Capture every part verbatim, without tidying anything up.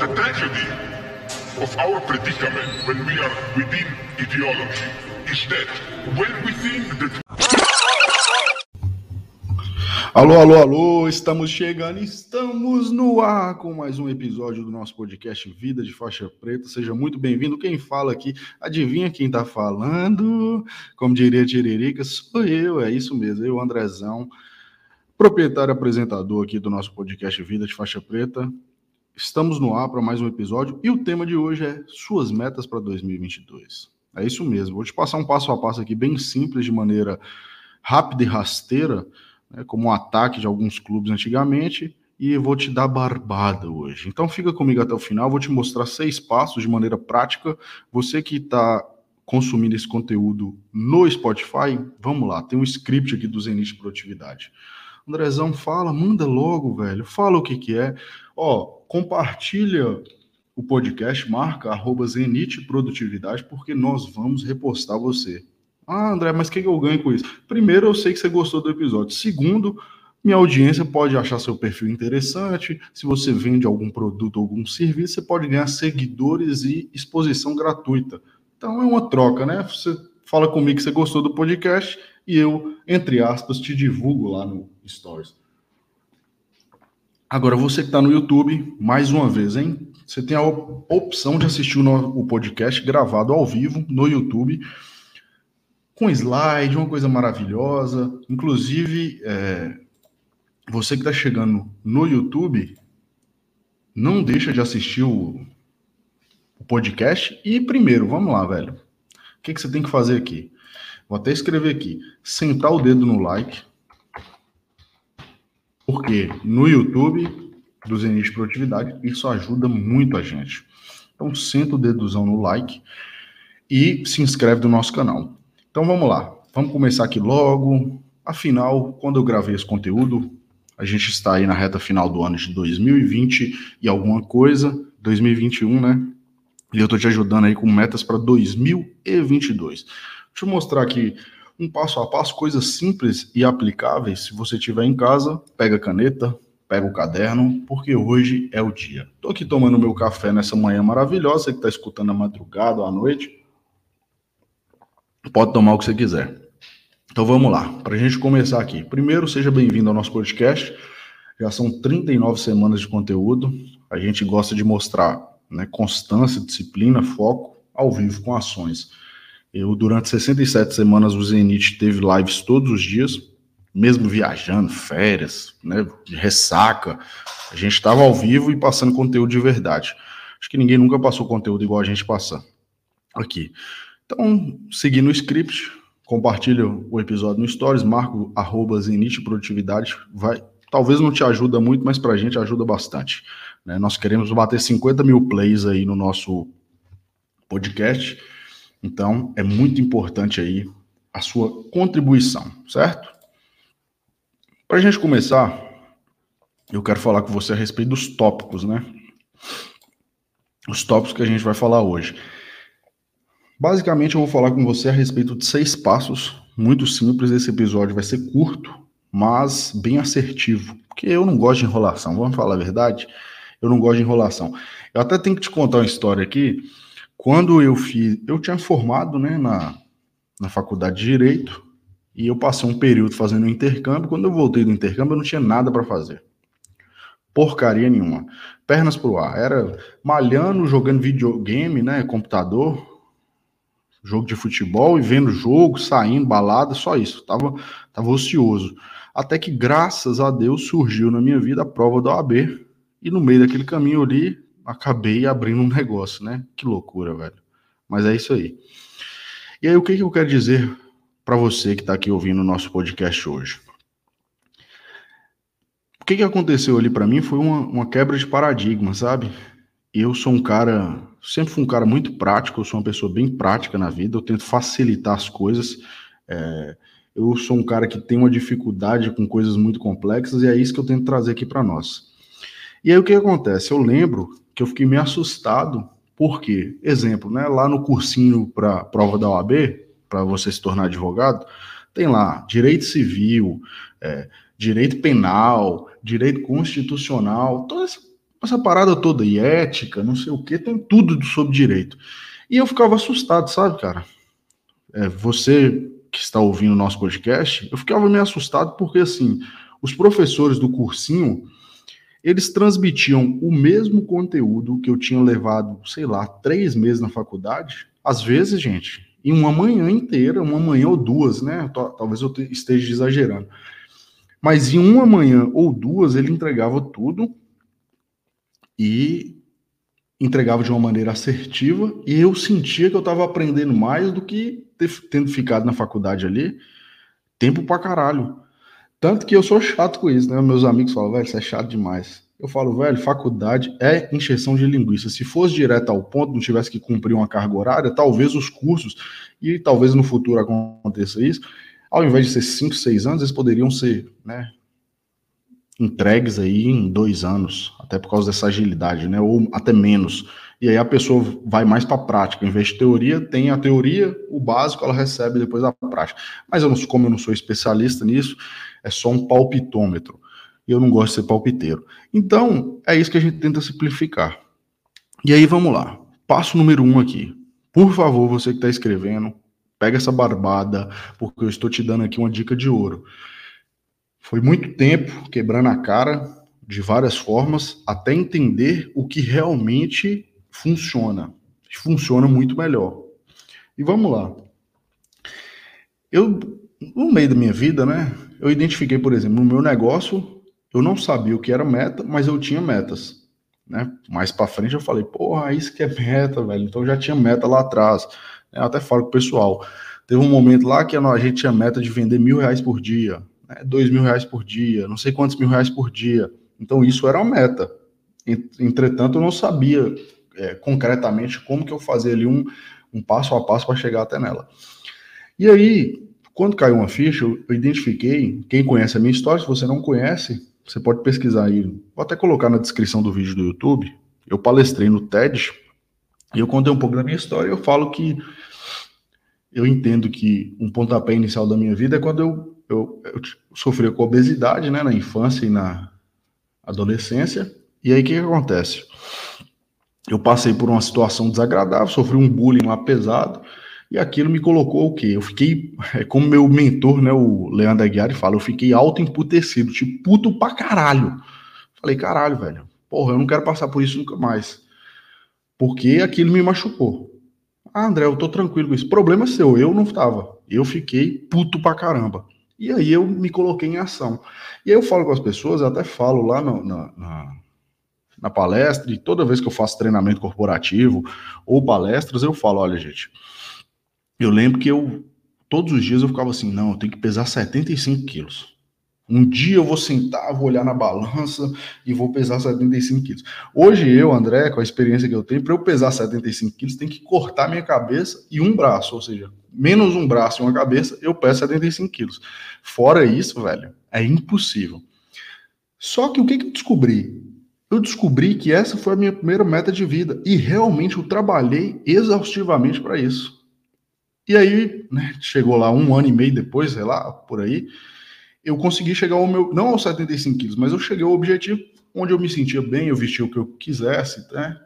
The tragedy of our predicament when we are within ideology is that when we think that... Alô, alô, alô, estamos chegando, estamos no ar com mais um episódio do nosso podcast Vida de Faixa Preta. Seja muito bem-vindo. Quem fala aqui, adivinha quem tá falando? Como diria Tiririca, sou eu, é isso mesmo, eu, Andrezão, proprietário e apresentador aqui do nosso podcast Vida de Faixa Preta. Estamos no ar para mais um episódio e o tema de hoje é suas metas para dois mil e vinte e dois. É isso mesmo, vou te passar um passo a passo aqui bem simples, de maneira rápida e rasteira, né, como um ataque de alguns clubes antigamente, e eu vou te dar barbada hoje. Então fica comigo até o final, vou te mostrar seis passos de maneira prática. Você que está consumindo esse conteúdo no Spotify, vamos lá, tem um script aqui do Zenit Produtividade. Andrezão, fala, manda logo, velho, fala o que que é. Ó, compartilha o podcast, marca arroba Zenit Produtividade, porque nós vamos repostar você. Ah, André, mas o que, que eu ganho com isso? Primeiro, eu sei que você gostou do episódio. Segundo, minha audiência pode achar seu perfil interessante. Se você vende algum produto ou algum serviço, você pode ganhar seguidores e exposição gratuita. Então é uma troca, né? Você fala comigo que você gostou do podcast e eu, entre aspas, te divulgo lá no Stories. Agora, você que está no YouTube, mais uma vez, hein? Você tem a opção de assistir o podcast gravado ao vivo no YouTube, com slide, uma coisa maravilhosa. Inclusive, é, você que está chegando no YouTube, não deixa de assistir o, o podcast. E primeiro, vamos lá, velho. O que, que você tem que fazer aqui? Vou até escrever aqui. Sentar o dedo no like. Porque no YouTube do Zenit Produtividade, isso ajuda muito a gente. Então, senta o dedozão no like e se inscreve no nosso canal. Então vamos lá, vamos começar aqui logo. Afinal, quando eu gravei esse conteúdo, a gente está aí na reta final do ano de dois mil e vinte e alguma coisa, dois mil e vinte e um, né? E eu tô te ajudando aí com metas para dois mil e vinte e dois. Deixa eu mostrar aqui um passo a passo, coisas simples e aplicáveis. Se você estiver em casa, pega a caneta, pega o caderno, porque hoje é o dia. Tô aqui tomando meu café nessa manhã maravilhosa, você que tá escutando à madrugada ou à noite, pode tomar o que você quiser. Então vamos lá, para a gente começar aqui. Primeiro, seja bem-vindo ao nosso podcast. Já são trinta e nove semanas de conteúdo. A gente gosta de mostrar, né, constância, disciplina, foco, ao vivo, com ações. Eu, durante sessenta e sete semanas, o Zenit teve lives todos os dias, mesmo viajando, férias, né, de ressaca. A gente estava ao vivo e passando conteúdo de verdade. Acho que ninguém nunca passou conteúdo igual a gente passa aqui. Então, seguindo o script, compartilha o episódio no Stories, marca o arroba Zenit Produtividade, vai, talvez não te ajuda muito, mas pra gente ajuda bastante, né? Nós queremos bater cinquenta mil plays aí no nosso podcast, então é muito importante aí a sua contribuição, certo? Pra gente começar, eu quero falar com você a respeito dos tópicos, né? Os tópicos que a gente vai falar hoje. Basicamente, eu vou falar com você a respeito de seis passos, muito simples. Esse episódio vai ser curto, mas bem assertivo, porque eu não gosto de enrolação, vamos falar a verdade? Eu não gosto de enrolação. Eu até tenho que te contar uma história aqui. Quando eu fiz, eu tinha formado, né, na, na faculdade de Direito, e eu passei um período fazendo um intercâmbio. Quando eu voltei do intercâmbio, eu não tinha nada para fazer. Porcaria nenhuma. Pernas pro ar. Era malhando, jogando videogame, né, computador, jogo de futebol e vendo jogo, saindo, balada, só isso. Tava, tava ocioso. Até que, graças a Deus, surgiu na minha vida a prova da O A B. E no meio daquele caminho ali, acabei abrindo um negócio, né? Que loucura, velho. Mas é isso aí. E aí, o que, que eu quero dizer para você que tá aqui ouvindo o nosso podcast hoje? O que, que aconteceu ali para mim foi uma, uma quebra de paradigma, sabe? Eu sou um cara, sempre fui um cara muito prático, eu sou uma pessoa bem prática na vida, eu tento facilitar as coisas, é, eu sou um cara que tem uma dificuldade com coisas muito complexas e é isso que eu tento trazer aqui para nós. E aí o que acontece? Eu lembro que eu fiquei meio assustado, porque, exemplo, né, lá no cursinho para prova da O A B, para você se tornar advogado, tem lá direito civil, é, direito penal, direito constitucional, toda essa essa parada toda, e ética, não sei o que, tem tudo sobre direito. E eu ficava assustado, sabe, cara? É, você que está ouvindo o nosso podcast, eu ficava meio assustado porque, assim, os professores do cursinho, eles transmitiam o mesmo conteúdo que eu tinha levado, sei lá, três meses na faculdade. Às vezes, gente, em uma manhã inteira, uma manhã ou duas, né? Talvez eu esteja exagerando. Mas em uma manhã ou duas, ele entregava tudo e entregava de uma maneira assertiva, e eu sentia que eu estava aprendendo mais do que ter, tendo ficado na faculdade ali, tempo pra caralho. Tanto que eu sou chato com isso, né? Meus amigos falam, velho, isso é chato demais. Eu falo, velho, faculdade é encheção de linguiça. Se fosse direto ao ponto, não tivesse que cumprir uma carga horária, talvez os cursos, e talvez no futuro aconteça isso, ao invés de ser cinco, seis anos, eles poderiam ser, né, entregues aí em dois anos, até por causa dessa agilidade, né? Ou até menos. E aí a pessoa vai mais para a prática. Em vez de teoria, tem a teoria, o básico, ela recebe depois a prática. Mas eu não, como eu não sou especialista nisso, é só um palpitômetro. E eu não gosto de ser palpiteiro. Então, é isso que a gente tenta simplificar. E aí, vamos lá. Passo número um aqui. Por favor, você que está escrevendo, pega essa barbada, porque eu estou te dando aqui uma dica de ouro. Foi muito tempo quebrando a cara de várias formas até entender o que realmente funciona. Funciona muito melhor. E vamos lá. Eu, no meio da minha vida, né, eu identifiquei, por exemplo, no meu negócio, eu não sabia o que era meta, mas eu tinha metas, né? Mais para frente eu falei, porra, isso que é meta, velho. Então eu já tinha meta lá atrás. Eu até falo com o pessoal. Teve um momento lá que a gente tinha meta de vender mil reais por dia, né, dois mil reais por dia, não sei quantos mil reais por dia. Então isso era uma meta. Entretanto, eu não sabia é, concretamente como que eu fazia ali um, um passo a passo para chegar até nela. E aí, quando caiu uma ficha, eu identifiquei, quem conhece a minha história, se você não conhece, você pode pesquisar aí. Vou até colocar na descrição do vídeo do YouTube. Eu palestrei no TED e eu contei um pouco da minha história. Eu falo que eu entendo que um pontapé inicial da minha vida é quando eu, eu, eu sofri com obesidade, né, na infância e na adolescência. E aí, o que, que acontece? Eu passei por uma situação desagradável, sofri um bullying lá pesado, e aquilo me colocou o quê? Eu fiquei, como meu mentor, né, o Leandro Aguiar, fala, eu fiquei auto-emputecido, tipo, puto pra caralho. Falei, caralho, velho, porra, eu não quero passar por isso nunca mais. Porque aquilo me machucou. Ah, André, eu tô tranquilo com isso. Problema seu, eu não tava. Eu fiquei puto pra caramba. E aí eu me coloquei em ação. E aí eu falo com as pessoas, eu até falo lá no, na, na, na palestra, e toda vez que eu faço treinamento corporativo ou palestras, eu falo, olha, gente, eu lembro que eu, todos os dias eu ficava assim, não, eu tenho que pesar setenta e cinco quilos. Um dia eu vou sentar, vou olhar na balança e vou pesar setenta e cinco quilos. Hoje eu, André, com a experiência que eu tenho, para eu pesar setenta e cinco quilos, tem que cortar minha cabeça e um braço, ou seja, menos um braço e uma cabeça, eu peso setenta e cinco quilos. Fora isso, velho, é impossível. Só que o que, que eu descobri? Eu descobri que essa foi a minha primeira meta de vida e realmente eu trabalhei exaustivamente para isso. E aí, né, chegou lá um ano e meio depois, sei lá, por aí, eu consegui chegar ao meu, não aos setenta e cinco quilos, mas eu cheguei ao objetivo onde eu me sentia bem, eu vestia o que eu quisesse, né?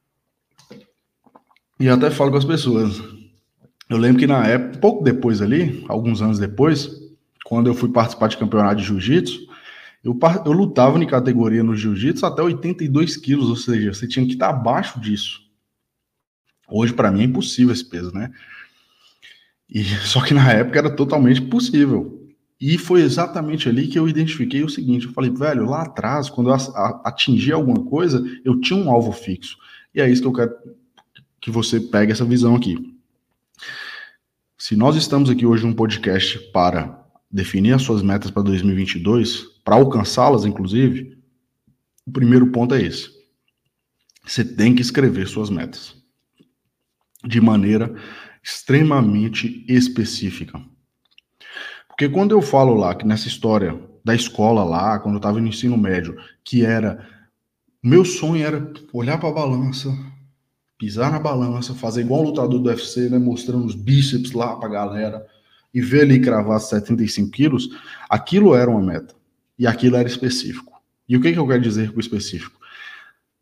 E até falo com as pessoas. Eu lembro que na época, pouco depois ali, alguns anos depois, quando eu fui participar de campeonato de jiu-jitsu, eu, eu lutava em categoria no jiu-jitsu até oitenta e dois quilos, ou seja, você tinha que estar abaixo disso. Hoje, para mim, é impossível esse peso, né? E, só que na época era totalmente possível. E foi exatamente ali que eu identifiquei o seguinte, eu falei, velho, lá atrás, quando eu atingi alguma coisa, eu tinha um alvo fixo. E é isso que eu quero que você pegue essa visão aqui. Se nós estamos aqui hoje num podcast para definir as suas metas para dois mil e vinte e dois, para alcançá-las, inclusive, o primeiro ponto é esse. Você tem que escrever suas metas de maneira extremamente específica. Porque quando eu falo lá, que nessa história da escola lá, quando eu estava no ensino médio, que era, meu sonho era olhar para a balança, pisar na balança, fazer igual um lutador do U F C, né, mostrando os bíceps lá para a galera, e ver ali cravar setenta e cinco quilos, aquilo era uma meta, e aquilo era específico. E o que, que eu quero dizer com específico?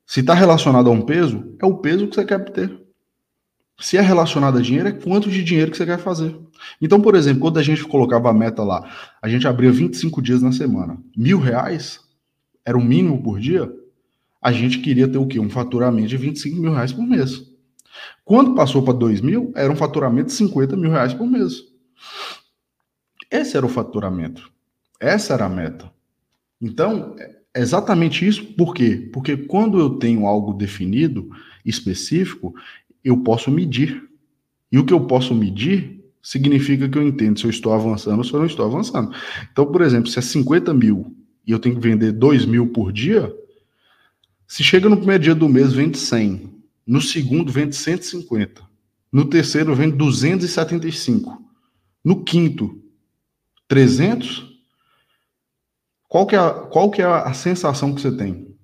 Se está relacionado a um peso, é o peso que você quer ter. Se é relacionado a dinheiro, é quanto de dinheiro que você quer fazer. Então, por exemplo, quando a gente colocava a meta lá, a gente abria vinte e cinco dias na semana. Mil reais era o mínimo por dia. A gente queria ter o quê? Um faturamento de vinte e cinco mil reais por mês. Quando passou para dois mil, era um faturamento de cinquenta mil reais por mês. Esse era o faturamento. Essa era a meta. Então, é exatamente isso. Por quê? Porque quando eu tenho algo definido, específico, eu posso medir. E o que eu posso medir significa que eu entendo se eu estou avançando ou se eu não estou avançando. Então, por exemplo, se é cinquenta mil e eu tenho que vender dois mil por dia, se chega no primeiro dia do mês, vende cem. No segundo, vende cento e cinquenta. No terceiro, vende duzentos e setenta e cinco. No quinto, trezentos. Qual que é a, qual que é a sensação que você tem?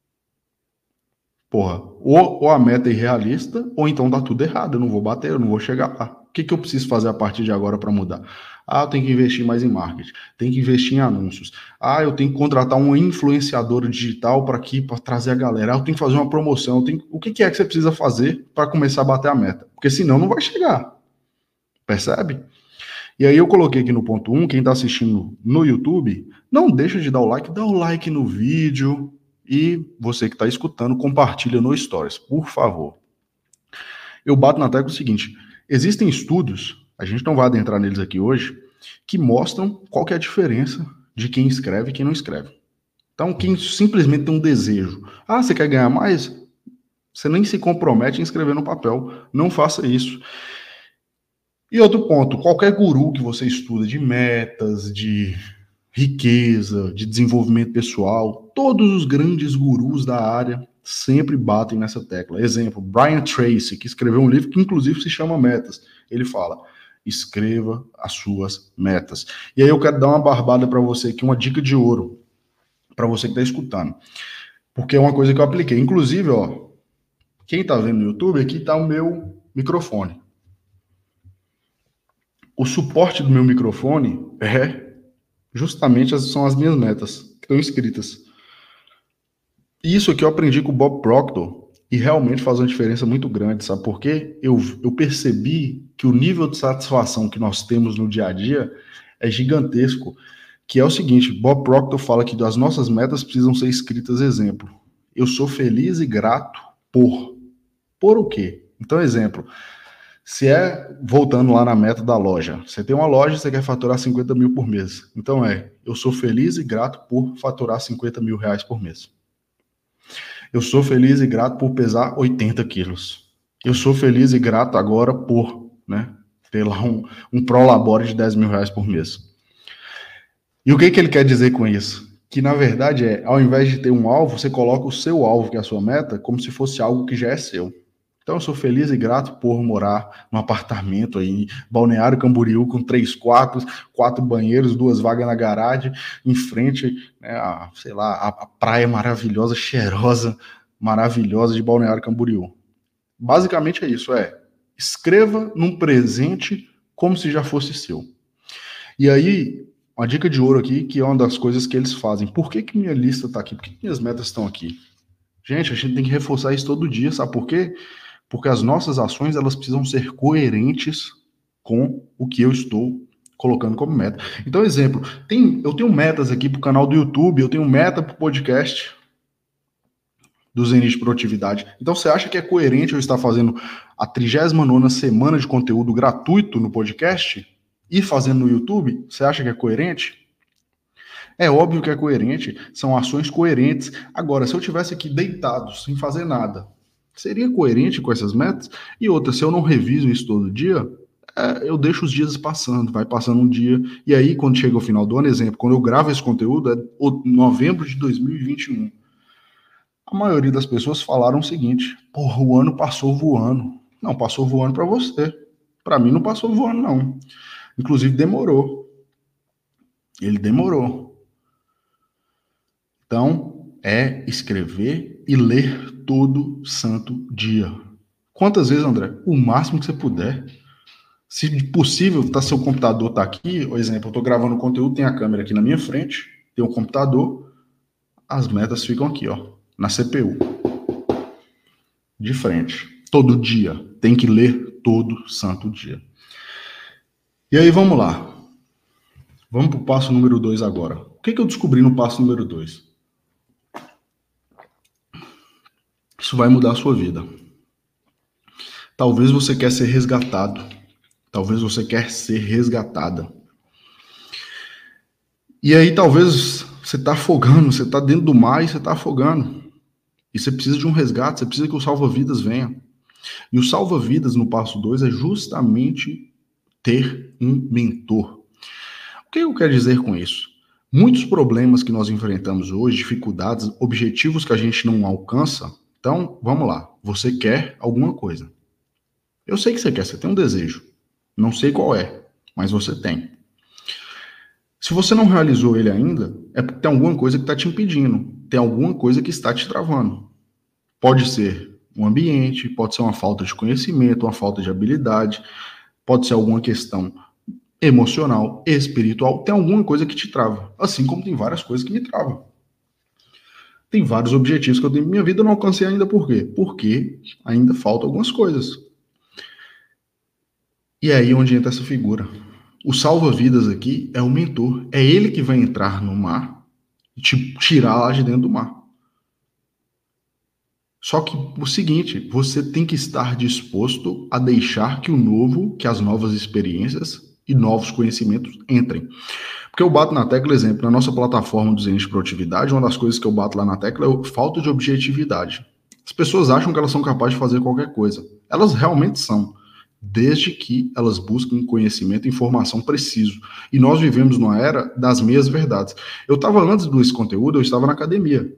Porra, ou, ou a meta é irrealista, ou então tá tudo errado, eu não vou bater, eu não vou chegar lá. O que, que eu preciso fazer a partir de agora para mudar? Ah, eu tenho que investir mais em marketing, tenho que investir em anúncios. Ah, eu tenho que contratar uma influenciadora digital para aqui, para trazer a galera. Ah, eu tenho que fazer uma promoção. Eu tenho... O que, que é que você precisa fazer para começar a bater a meta? Porque senão não vai chegar. Percebe? E aí eu coloquei aqui no ponto um, quem está assistindo no YouTube, não deixa de dar o like, dá o like no vídeo. E você que está escutando, compartilha no Stories, por favor. Eu bato na tecla o seguinte, existem estudos, a gente não vai adentrar neles aqui hoje, que mostram qual que é a diferença de quem escreve e quem não escreve. Então, quem simplesmente tem um desejo, ah, você quer ganhar mais? Você nem se compromete em escrever no papel, não faça isso. E outro ponto, qualquer guru que você estuda de metas, de riqueza, de desenvolvimento pessoal, todos os grandes gurus da área sempre batem nessa tecla. Exemplo, Brian Tracy, que escreveu um livro que inclusive se chama Metas. Ele fala, escreva as suas metas. E aí eu quero dar uma barbada para você aqui, uma dica de ouro, para você que está escutando. Porque é uma coisa que eu apliquei. Inclusive, ó, quem está vendo no YouTube, aqui está o meu microfone. O suporte do meu microfone é justamente são as minhas metas que estão escritas. Isso aqui eu aprendi com o Bob Proctor e realmente faz uma diferença muito grande, sabe por quê? Eu, eu percebi que o nível de satisfação que nós temos no dia a dia é gigantesco, que é o seguinte, Bob Proctor fala que as nossas metas precisam ser escritas exemplo. Eu sou feliz e grato por. Por o quê? Então, exemplo, se é, voltando lá na meta da loja, você tem uma loja e você quer faturar cinquenta mil por mês. Então é, eu sou feliz e grato por faturar cinquenta mil reais por mês. Eu sou feliz e grato por pesar oitenta quilos. Eu sou feliz e grato agora por, né, ter lá um, um prolabore de dez mil reais por mês. E o que, que ele quer dizer com isso? Que na verdade é, ao invés de ter um alvo, você coloca o seu alvo, que é a sua meta, como se fosse algo que já é seu. Então, eu sou feliz e grato por morar num apartamento aí, em Balneário Camboriú, com três quartos, quatro banheiros, duas vagas na garagem, em frente, né, a, sei lá, a, a praia maravilhosa, cheirosa, maravilhosa de Balneário Camboriú. Basicamente é isso, é, escreva num presente como se já fosse seu. E aí, uma dica de ouro aqui, que é uma das coisas que eles fazem. Por que que minha lista está aqui? Por que que minhas metas estão aqui? Gente, a gente tem que reforçar isso todo dia, sabe por quê? Porque as nossas ações, elas precisam ser coerentes com o que eu estou colocando como meta. Então, exemplo, tem, eu tenho metas aqui para o canal do YouTube, eu tenho meta para o podcast do Zenith de Produtividade. Então, você acha que é coerente eu estar fazendo a trigésima nona semana de conteúdo gratuito no podcast e fazendo no YouTube? Você acha que é coerente? É óbvio que é coerente, são ações coerentes. Agora, se eu tivesse aqui deitado, sem fazer nada, seria coerente com essas metas? E outra, se eu não reviso isso todo dia, é, eu deixo os dias passando, vai passando um dia, e aí quando chega o final do ano, exemplo, quando eu gravo esse conteúdo, é novembro de dois mil e vinte e um. A maioria das pessoas falaram o seguinte, porra, o ano passou voando. Não, passou voando para você. Para mim não passou voando, não. Inclusive demorou. Ele demorou. Então, é escrever e ler todo santo dia. Quantas vezes, André? O máximo que você puder. Se possível, tá, seu computador tá aqui, por exemplo, eu tô gravando o conteúdo, tem a câmera aqui na minha frente, tem o computador, as metas ficam aqui, ó, na C P U. de frente. Todo dia. Tem que ler todo santo dia. E aí, vamos lá. Vamos para o passo número dois agora. O que, que eu descobri no passo número dois? Isso vai mudar a sua vida. Talvez você quer ser resgatado. Talvez você quer ser resgatada. E aí, talvez você está afogando, você está dentro do mar e você está afogando. E você precisa de um resgate, você precisa que o salva-vidas venha. E o salva-vidas no passo dois é justamente ter um mentor. O que eu quero dizer com isso? Muitos problemas que nós enfrentamos hoje, dificuldades, objetivos que a gente não alcança. Então, vamos lá. Você quer alguma coisa. Eu sei que você quer, você tem um desejo. Não sei qual é, mas você tem. Se você não realizou ele ainda, é porque tem alguma coisa que está te impedindo. Tem alguma coisa que está te travando. Pode ser um ambiente, pode ser uma falta de conhecimento, uma falta de habilidade, pode ser alguma questão emocional, espiritual, tem alguma coisa que te trava. Assim como tem várias coisas que me travam. Tem vários objetivos que eu tenho em minha vida e não alcancei ainda. Por quê? Porque ainda faltam algumas coisas. E é aí onde entra essa figura. O salva-vidas aqui é o mentor. É ele que vai entrar no mar e te tirar lá de dentro do mar. Só que o seguinte, você tem que estar disposto a deixar que o novo, que as novas experiências e novos conhecimentos entrem. Porque eu bato na tecla, exemplo, na nossa plataforma do Zen de Produtividade, uma das coisas que eu bato lá na tecla é a falta de objetividade. As pessoas acham que elas são capazes de fazer qualquer coisa. Elas realmente são, desde que elas busquem conhecimento e informação preciso. E nós vivemos numa era das meias verdades. Eu estava, antes desse conteúdo, eu estava na academia.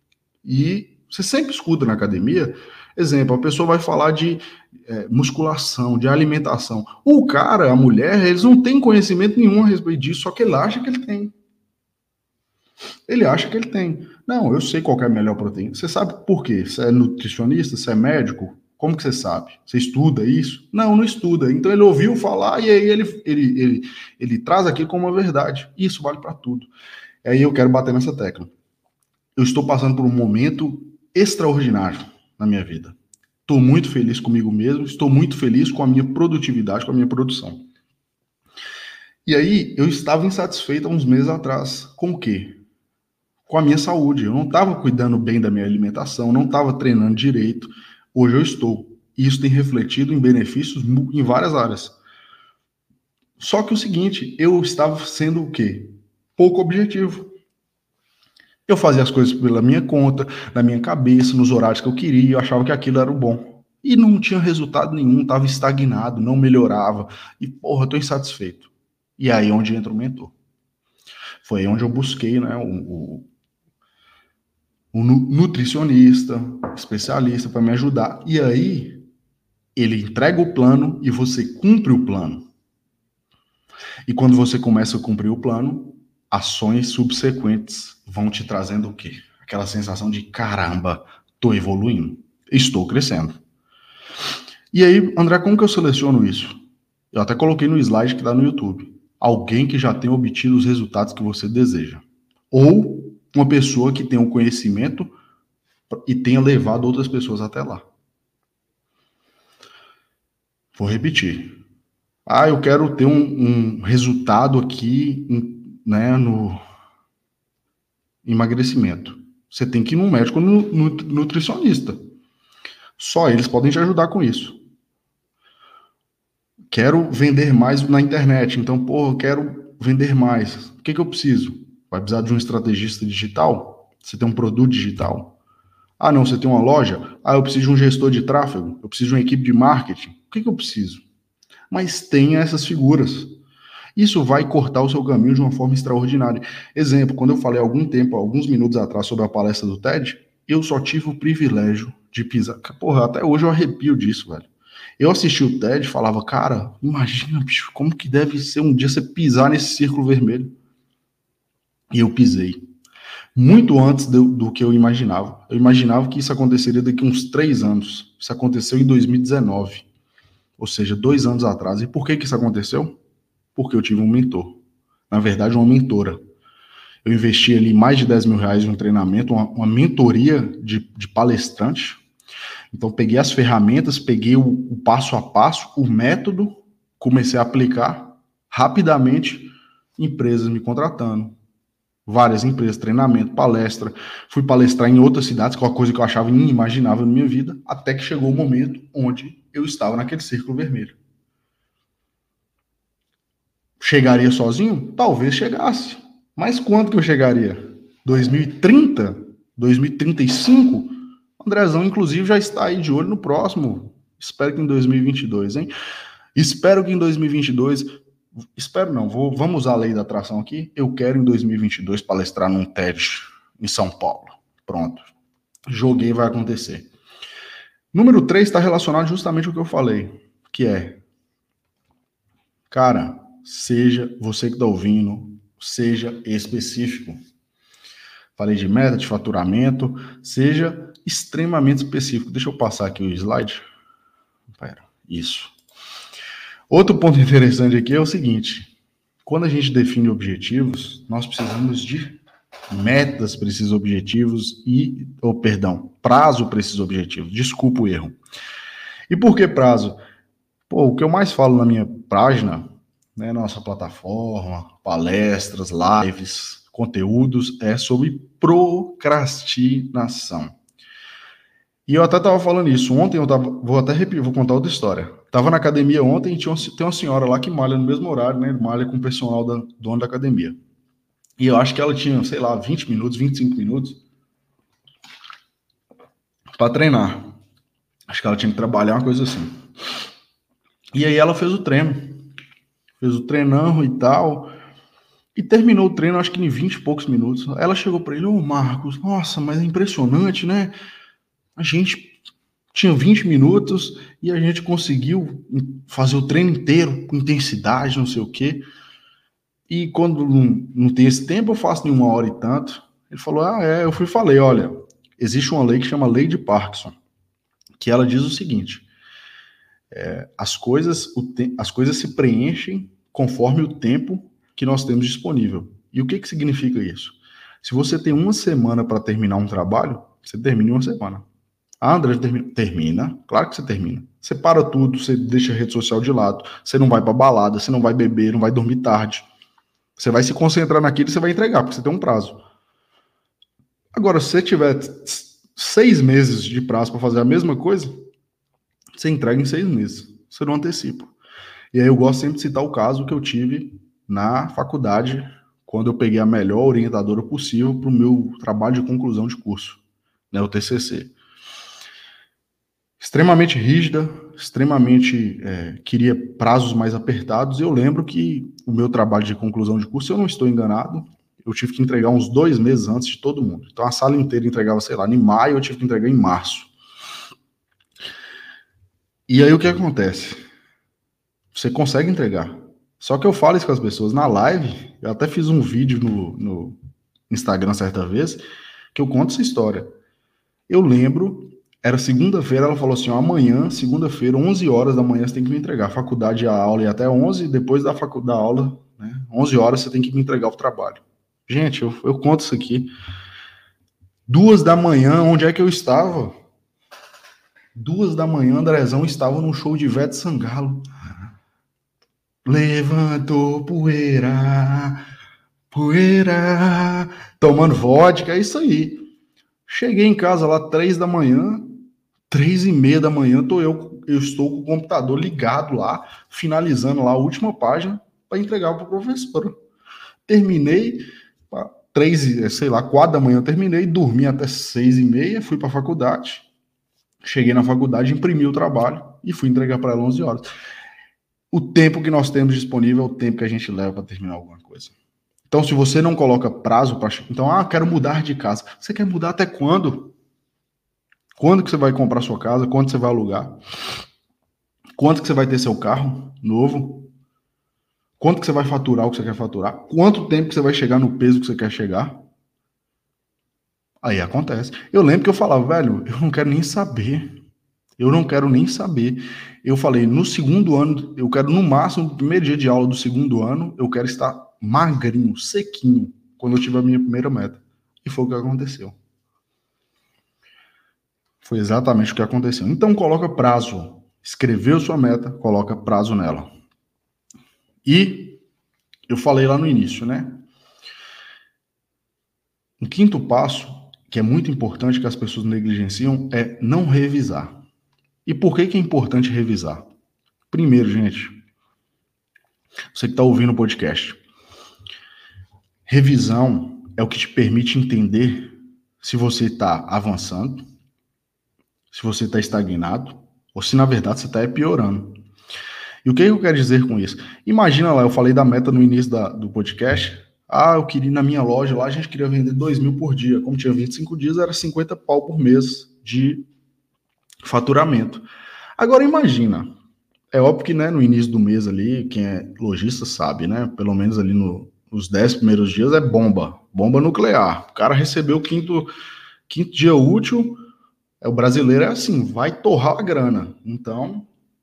E você sempre escuta na academia, exemplo, a pessoa vai falar de é, musculação, de alimentação. O cara, a mulher, eles não têm conhecimento nenhum a respeito disso, só que ele acha que ele tem. Ele acha que ele tem. Não, eu sei qual é a melhor proteína. Você sabe por quê? Você é nutricionista? Você é médico? Como que você sabe? Você estuda isso? Não, não estuda. Então ele ouviu falar e aí ele, ele, ele, ele traz aquilo como uma verdade. Isso vale para tudo. E aí eu quero bater nessa tecla. Eu estou passando por um momento extraordinário na minha vida. Estou muito feliz comigo mesmo, estou muito feliz com a minha produtividade, com a minha produção. E aí, eu estava insatisfeito há uns meses atrás. Com o quê? Com a minha saúde. Eu não estava cuidando bem da minha alimentação, não estava treinando direito. Hoje eu estou. E isso tem refletido em benefícios em várias áreas. Só que o seguinte, eu estava sendo o quê? Pouco objetivo. Eu fazia as coisas pela minha conta, na minha cabeça, nos horários que eu queria, eu achava que aquilo era o bom. E não tinha resultado nenhum, estava estagnado, não melhorava. E, porra, eu tô insatisfeito. E aí é onde entra o mentor. Foi aí onde eu busquei, né, o, o, o nutricionista, especialista, para me ajudar. E aí, ele entrega o plano e você cumpre o plano. E quando você começa a cumprir o plano, ações subsequentes vão te trazendo o quê? Aquela sensação de, caramba, tô evoluindo, estou crescendo. E aí, André, como que eu seleciono isso? Eu até coloquei no slide que tá no YouTube. Alguém que já tenha obtido os resultados que você deseja. Ou uma pessoa que tenha um conhecimento e tenha levado outras pessoas até lá. Vou repetir. Ah, eu quero ter um, um resultado aqui, né, no emagrecimento. Você tem que ir num médico nutricionista. Só eles podem te ajudar com isso. Quero vender mais na internet. Então, pô, eu quero vender mais. O que que eu preciso? Vai precisar de um estrategista digital? Você tem um produto digital? Ah, não, você tem uma loja? Ah, eu preciso de um gestor de tráfego. Eu preciso de uma equipe de marketing. O que que eu preciso? Mas tenha essas figuras. Isso vai cortar o seu caminho de uma forma extraordinária. Exemplo, quando eu falei há algum tempo, alguns minutos atrás, sobre a palestra do TED, eu só tive o privilégio de pisar. Porra, até hoje eu arrepio disso, velho. Eu assisti o TED e falava, cara, imagina, bicho, como que deve ser um dia você pisar nesse círculo vermelho. E eu pisei. Muito antes do, do que eu imaginava. Eu imaginava que isso aconteceria daqui a uns três anos. Isso aconteceu em dois mil e dezenove. Ou seja, dois anos atrás. E por que que isso aconteceu? Porque eu tive um mentor. Na verdade, uma mentora. Eu investi ali mais de dez mil reais em um treinamento, uma, uma mentoria de, de palestrante. Então, peguei as ferramentas, peguei o, o passo a passo, o método, comecei a aplicar rapidamente, empresas me contratando. Várias empresas, treinamento, palestra. Fui palestrar em outras cidades, que é uma coisa que eu achava inimaginável na minha vida, até que chegou o momento onde eu estava naquele círculo vermelho. Chegaria sozinho? Talvez chegasse. Mas quando que eu chegaria? dois mil e trinta? dois mil e trinta e cinco? O Andrezão, inclusive, já está aí de olho no próximo. Espero que em dois mil e vinte e dois, hein? Espero que em dois mil e vinte e dois... Espero não, vou, vamos usar a lei da atração aqui. Eu quero em dois mil e vinte e dois palestrar num TED em São Paulo. Pronto. Joguei, vai acontecer. Número três está relacionado justamente ao que eu falei, que é, cara, seja, você que está ouvindo, seja específico. Falei de meta, de faturamento, seja extremamente específico. Deixa eu passar aqui o slide. Pera, isso. Outro ponto interessante aqui é o seguinte, quando a gente define objetivos, nós precisamos de metas para esses objetivos e, oh, perdão, prazo para esses objetivos. Desculpa o erro. E por que prazo? Pô, o que eu mais falo na minha página, né, nossa plataforma, palestras, lives, conteúdos, é sobre procrastinação. E eu até estava falando isso. Ontem eu tava, vou até repetir, vou contar outra história. Tava na academia ontem e tinha uma, tem uma senhora lá que malha no mesmo horário, né? Malha com o personal da dona da academia. E eu acho que ela tinha, sei lá, vinte minutos, vinte e cinco minutos para treinar. Acho que ela tinha que trabalhar, uma coisa assim. E aí ela fez o treino. Fez o treinão e tal. E terminou o treino, acho que em vinte e poucos minutos. Ela chegou para ele, ô Marcos, nossa, mas é impressionante, né? A gente tinha vinte minutos e a gente conseguiu fazer o treino inteiro, com intensidade, não sei o quê. E quando não, não tem esse tempo, eu faço em uma hora e tanto. Ele falou, ah, é, eu fui e falei, olha, existe uma lei que chama Lei de Parkinson, que ela diz o seguinte, é, as, coisas, o te, as coisas se preenchem conforme o tempo que nós temos disponível. E o que, que significa isso? Se você tem uma semana para terminar um trabalho, você termina em uma semana. Ah, André, termina. termina. Claro que você termina. Você para tudo, você deixa a rede social de lado, você não vai pra balada, você não vai beber, não vai dormir tarde. Você vai se concentrar naquilo e você vai entregar, porque você tem um prazo. Agora, se você tiver seis meses de prazo para fazer a mesma coisa, você entrega em seis meses. Você não antecipa. E aí eu gosto sempre de citar o caso que eu tive na faculdade, quando eu peguei a melhor orientadora possível para o meu trabalho de conclusão de curso, né, o T C C. Extremamente rígida, extremamente é, queria prazos mais apertados. E eu lembro que o meu trabalho de conclusão de curso, eu não estou enganado, eu tive que entregar uns dois meses antes de todo mundo. Então a sala inteira entregava, sei lá, em maio, eu tive que entregar em março. E aí o que acontece? Você consegue entregar. Só que eu falo isso com as pessoas na live, eu até fiz um vídeo no, no Instagram certa vez, que eu conto essa história. Eu lembro, era segunda-feira, ela falou assim, ó, amanhã, segunda-feira, onze horas da manhã, você tem que me entregar. A faculdade, a aula ia até onze, depois da, facu- da aula, né, onze horas, você tem que me entregar o trabalho. Gente, eu, eu conto isso aqui. Duas da manhã, onde é que eu estava? Duas da manhã, Andrezão estava num show de Ivete Sangalo. Levantou poeira, poeira, tomando vodka, é isso aí. Cheguei em casa lá três da manhã, três e meia da manhã, tô eu, eu estou com o computador ligado lá, finalizando lá a última página para entregar para o professor. Terminei, três, sei lá, quatro da manhã terminei, dormi até seis e meia, fui para a faculdade, cheguei na faculdade, imprimi o trabalho e fui entregar para ela onze horas. O tempo que nós temos disponível é o tempo que a gente leva para terminar alguma coisa. Então, se você não coloca prazo para... Então, ah, quero mudar de casa. Você quer mudar até quando? Quando que você vai comprar sua casa? Quando você vai alugar? Quanto que você vai ter seu carro novo? Quanto que você vai faturar o que você quer faturar? Quanto tempo que você vai chegar no peso que você quer chegar? Aí acontece. Eu lembro que eu falava, velho, eu não quero nem saber. Eu não quero nem saber. Eu falei, no segundo ano, eu quero no máximo, no primeiro dia de aula do segundo ano, eu quero estar magrinho, sequinho, quando eu tiver a minha primeira meta. E foi o que aconteceu. Foi exatamente o que aconteceu. Então coloca prazo. Escreveu sua meta, coloca prazo nela. E eu falei lá no início, né? Um quinto passo, que é muito importante que as pessoas negligenciam, é não revisar. E por que que é importante revisar? Primeiro, gente, você que está ouvindo o podcast, revisão é o que te permite entender se você está avançando, se você está estagnado, ou se na verdade você está piorando. E o que eu quero dizer com isso? Imagina lá, eu falei da meta no início da, do podcast. Ah, eu queria ir na minha loja lá, a gente queria vender dois mil por dia. Como tinha vinte e cinco dias, era cinquenta pau por mês de faturamento. Agora imagina, é óbvio que né, no início do mês ali, quem é lojista sabe, né? Pelo menos ali no, nos dez primeiros dias é bomba, bomba nuclear. O cara recebeu o quinto, quinto dia útil, é, o brasileiro é assim, vai torrar a grana. Então,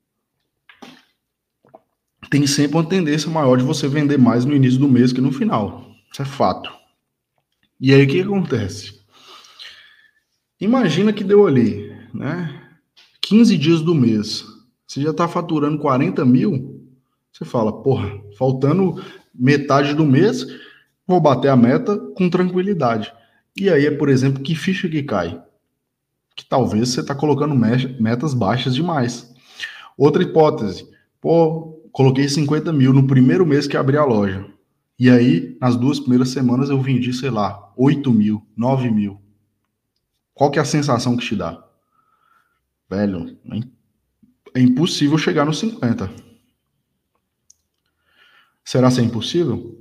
tem sempre uma tendência maior de você vender mais no início do mês que no final. Isso é fato. E aí o que acontece? Imagina que deu ali, né? quinze dias do mês. Você já está faturando quarenta mil. Você fala, porra, faltando metade do mês, vou bater a meta com tranquilidade. E aí é, por exemplo, que ficha que cai? Que talvez você está colocando metas baixas demais. Outra hipótese, pô, coloquei cinquenta mil no primeiro mês que abri a loja. E aí, nas duas primeiras semanas, eu vendi, sei lá, oito mil, nove mil. Qual que é a sensação que te dá? Velho, é impossível chegar nos cinquenta. Será que é impossível?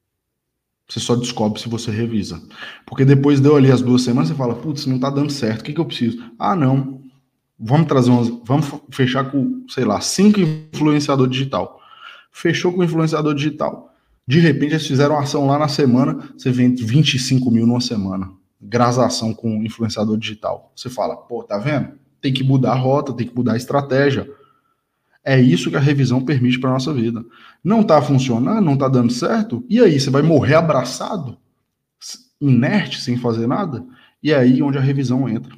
Você só descobre se você revisa. Porque depois deu ali as duas semanas, você fala, putz, não tá dando certo, o que que eu preciso? Ah, não, vamos trazer umas, vamos fechar com, sei lá, cinco influenciador digital. Fechou com o influenciador digital. De repente, eles fizeram uma ação lá na semana, você vende vinte e cinco mil numa semana. Grasação com influenciador digital. Você fala, pô, tá vendo? Tem que mudar a rota, tem que mudar a estratégia. É isso que a revisão permite para nossa vida. Não tá funcionando, não tá dando certo, e aí, você vai morrer abraçado, inerte, sem fazer nada? E é aí onde a revisão entra.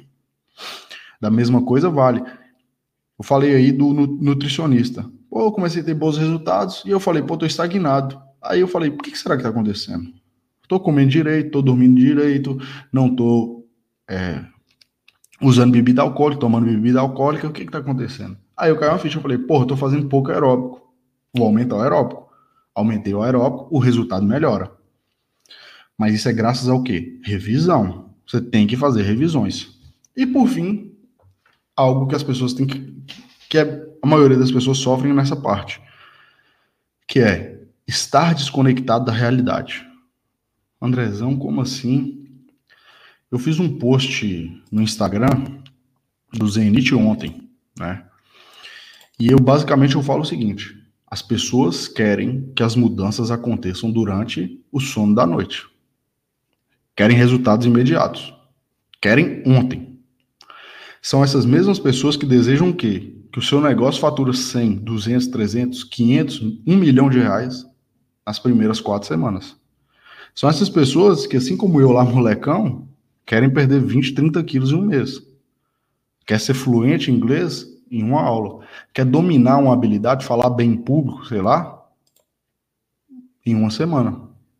Da mesma coisa vale. Eu falei aí do nutricionista. Pô, eu comecei a ter bons resultados, e eu falei, pô, tô estagnado. Aí eu falei, por que será que tá acontecendo? Tô comendo direito, tô dormindo direito, não tô é, usando bebida alcoólica, tomando bebida alcoólica, o que que tá acontecendo? Aí eu caí uma ficha, eu falei, porra, eu tô fazendo pouco aeróbico, vou aumentar o aeróbico. Aumentei o aeróbico, o resultado melhora. Mas isso é graças ao quê? Revisão. Você tem que fazer revisões. E por fim, algo que as pessoas têm que, que é, a maioria das pessoas sofrem nessa parte, que é estar desconectado da realidade. Andrezão, como assim? Eu fiz um post no Instagram do Zenit ontem, né? E eu basicamente eu falo o seguinte: as pessoas querem que as mudanças aconteçam durante o sono da noite. Querem resultados imediatos. Querem ontem. São essas mesmas pessoas que desejam o quê? Que o seu negócio fatura cem, duzentos, trezentos, quinhentos, um milhão de reais nas primeiras quatro semanas. São essas pessoas que, assim como eu lá, molecão, querem perder vinte, trinta quilos em um mês. Quer ser fluente em inglês em uma aula. Quer dominar uma habilidade, falar bem em público, sei lá, em uma semana.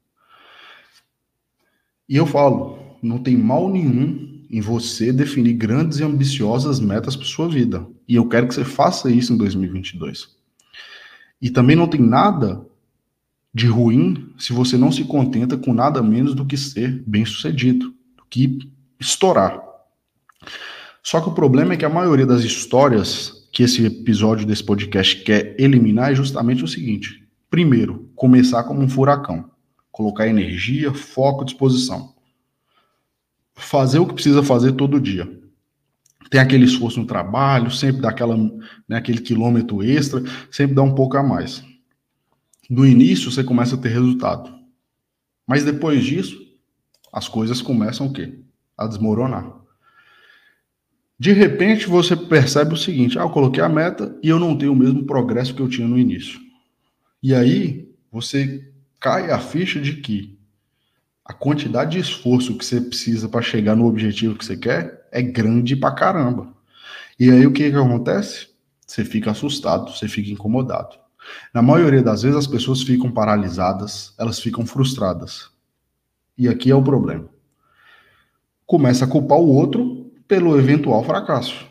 E eu falo, não tem mal nenhum em você definir grandes e ambiciosas metas para sua vida. E eu quero que você faça isso em dois mil e vinte e dois. E também não tem nada de ruim se você não se contenta com nada menos do que ser bem-sucedido, do que estourar. Só que o problema é que a maioria das histórias que esse episódio desse podcast quer eliminar é justamente o seguinte: primeiro, começar como um furacão, colocar energia, foco, disposição, fazer o que precisa fazer todo dia. Tem aquele esforço no trabalho, sempre dá aquela, né, aquele quilômetro extra, sempre dá um pouco a mais. No início você começa a ter resultado, mas depois disso as coisas começam o quê? A desmoronar. De repente você percebe o seguinte: ah, eu coloquei a meta e eu não tenho o mesmo progresso que eu tinha no início. E aí você cai a ficha de que A quantidade de esforço que você precisa para chegar no objetivo que você quer é grande pra caramba. E aí o que que acontece? Você fica assustado, você fica incomodado. Na maioria das vezes as pessoas ficam paralisadas, elas ficam frustradas. E aqui é o problema. Começa a culpar o outro pelo eventual fracasso.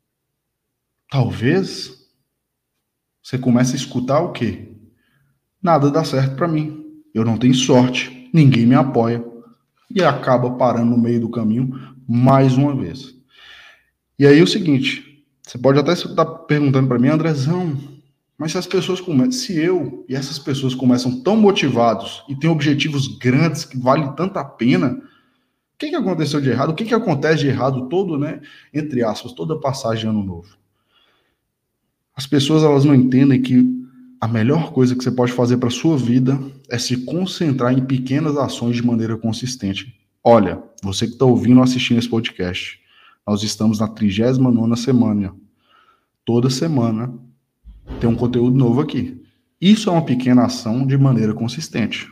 Talvez você comece a escutar o quê? Nada dá certo para mim. Eu não tenho sorte, ninguém me apoia. E acaba parando no meio do caminho mais uma vez. E aí é o seguinte, você pode até estar perguntando para mim, Andrezão, mas se as pessoas começam, se eu e essas pessoas começam tão motivados e têm objetivos grandes que valem tanto a pena, o que, que aconteceu de errado? O que, que acontece de errado todo, né? Entre aspas, toda passagem de ano novo. As pessoas elas não entendem que a melhor coisa que você pode fazer para sua vida é se concentrar em pequenas ações de maneira consistente. Olha, você que está ouvindo ou assistindo esse podcast, nós estamos na trigésima nona semana. Toda semana tem um conteúdo novo aqui. Isso é uma pequena ação de maneira consistente.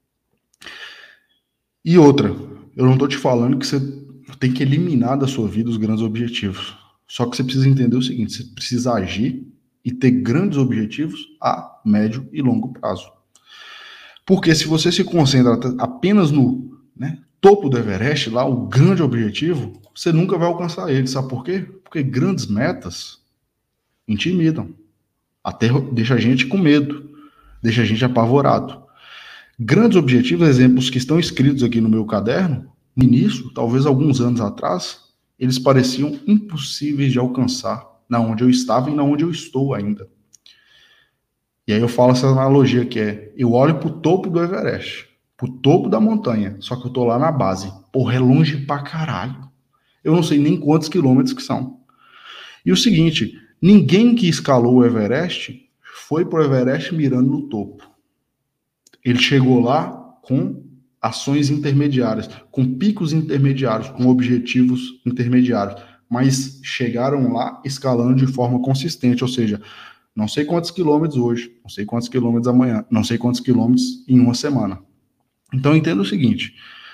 E outra, eu não estou te falando que você tem que eliminar da sua vida os grandes objetivos. Só que você precisa entender o seguinte, você precisa agir e ter grandes objetivos a médio e longo prazo. Porque se você se concentra apenas no, né, topo do Everest, lá o grande objetivo, você nunca vai alcançar ele. Sabe por quê? Porque grandes metas intimidam. Até deixa a gente com medo, deixa a gente apavorado. Grandes objetivos, exemplos que estão escritos aqui no meu caderno, no início, talvez alguns anos atrás, eles pareciam impossíveis de alcançar na onde eu estava e na onde eu estou ainda. E aí eu falo essa analogia que é, eu olho pro topo do Everest, pro topo da montanha, só que eu tô lá na base. Porra, é longe pra caralho. Eu não sei nem quantos quilômetros que são. E o seguinte, ninguém que escalou o Everest foi pro Everest mirando no topo. Ele chegou lá com ações intermediárias, com picos intermediários, com objetivos intermediários, mas chegaram lá escalando de forma consistente, ou seja, não sei quantos quilômetros hoje, não sei quantos quilômetros amanhã, não sei quantos quilômetros em uma semana. Então entenda o seguinte,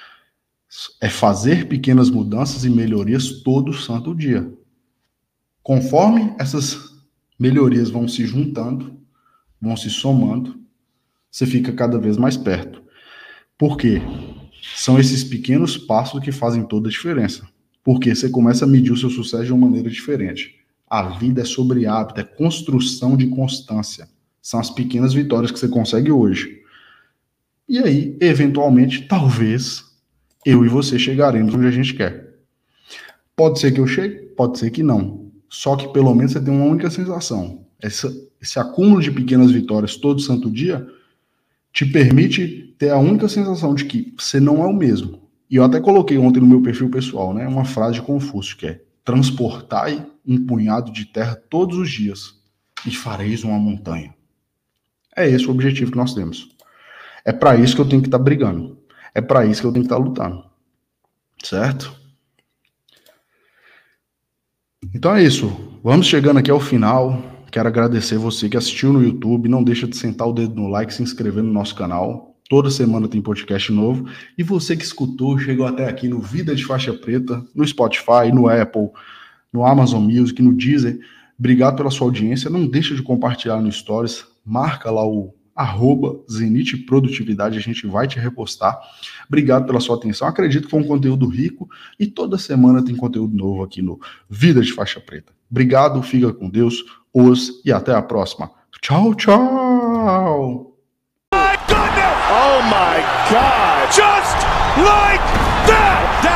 é fazer pequenas mudanças e melhorias todo santo dia. Conforme essas melhorias vão se juntando, vão se somando, você fica cada vez mais perto. Por quê? São esses pequenos passos que fazem toda a diferença. Porque você começa a medir o seu sucesso de uma maneira diferente. A vida é sobre hábito, é construção de constância. São as pequenas vitórias que você consegue hoje. E aí, eventualmente, talvez, eu e você chegaremos onde a gente quer. Pode ser que eu chegue, pode ser que não. Só que pelo menos você tem uma única sensação. Essa, esse acúmulo de pequenas vitórias todo santo dia te permite ter a única sensação de que você não é o mesmo. E eu até coloquei ontem no meu perfil pessoal, né, uma frase de Confúcio, que é: transportai um punhado de terra todos os dias e fareis uma montanha. É esse o objetivo que nós temos. É para isso que eu tenho que estar tá brigando. É para isso que eu tenho que estar tá lutando. Certo? Então é isso. Vamos chegando aqui ao final. Quero agradecer você que assistiu no YouTube. Não deixa de sentar o dedo no like, se inscrever no nosso canal. Toda semana tem podcast novo. E você que escutou, chegou até aqui no Vida de Faixa Preta, no Spotify, no Apple, no Amazon Music, no Deezer. Obrigado pela sua audiência. Não deixa de compartilhar no Stories. Marca lá o arroba Zenit Produtividade, a gente vai te repostar. Obrigado pela sua atenção. Acredito que foi um conteúdo rico e toda semana tem conteúdo novo aqui no Vida de Faixa Preta. Obrigado, fica com Deus, os e até a próxima. Tchau, tchau! Oh my God! Just like that!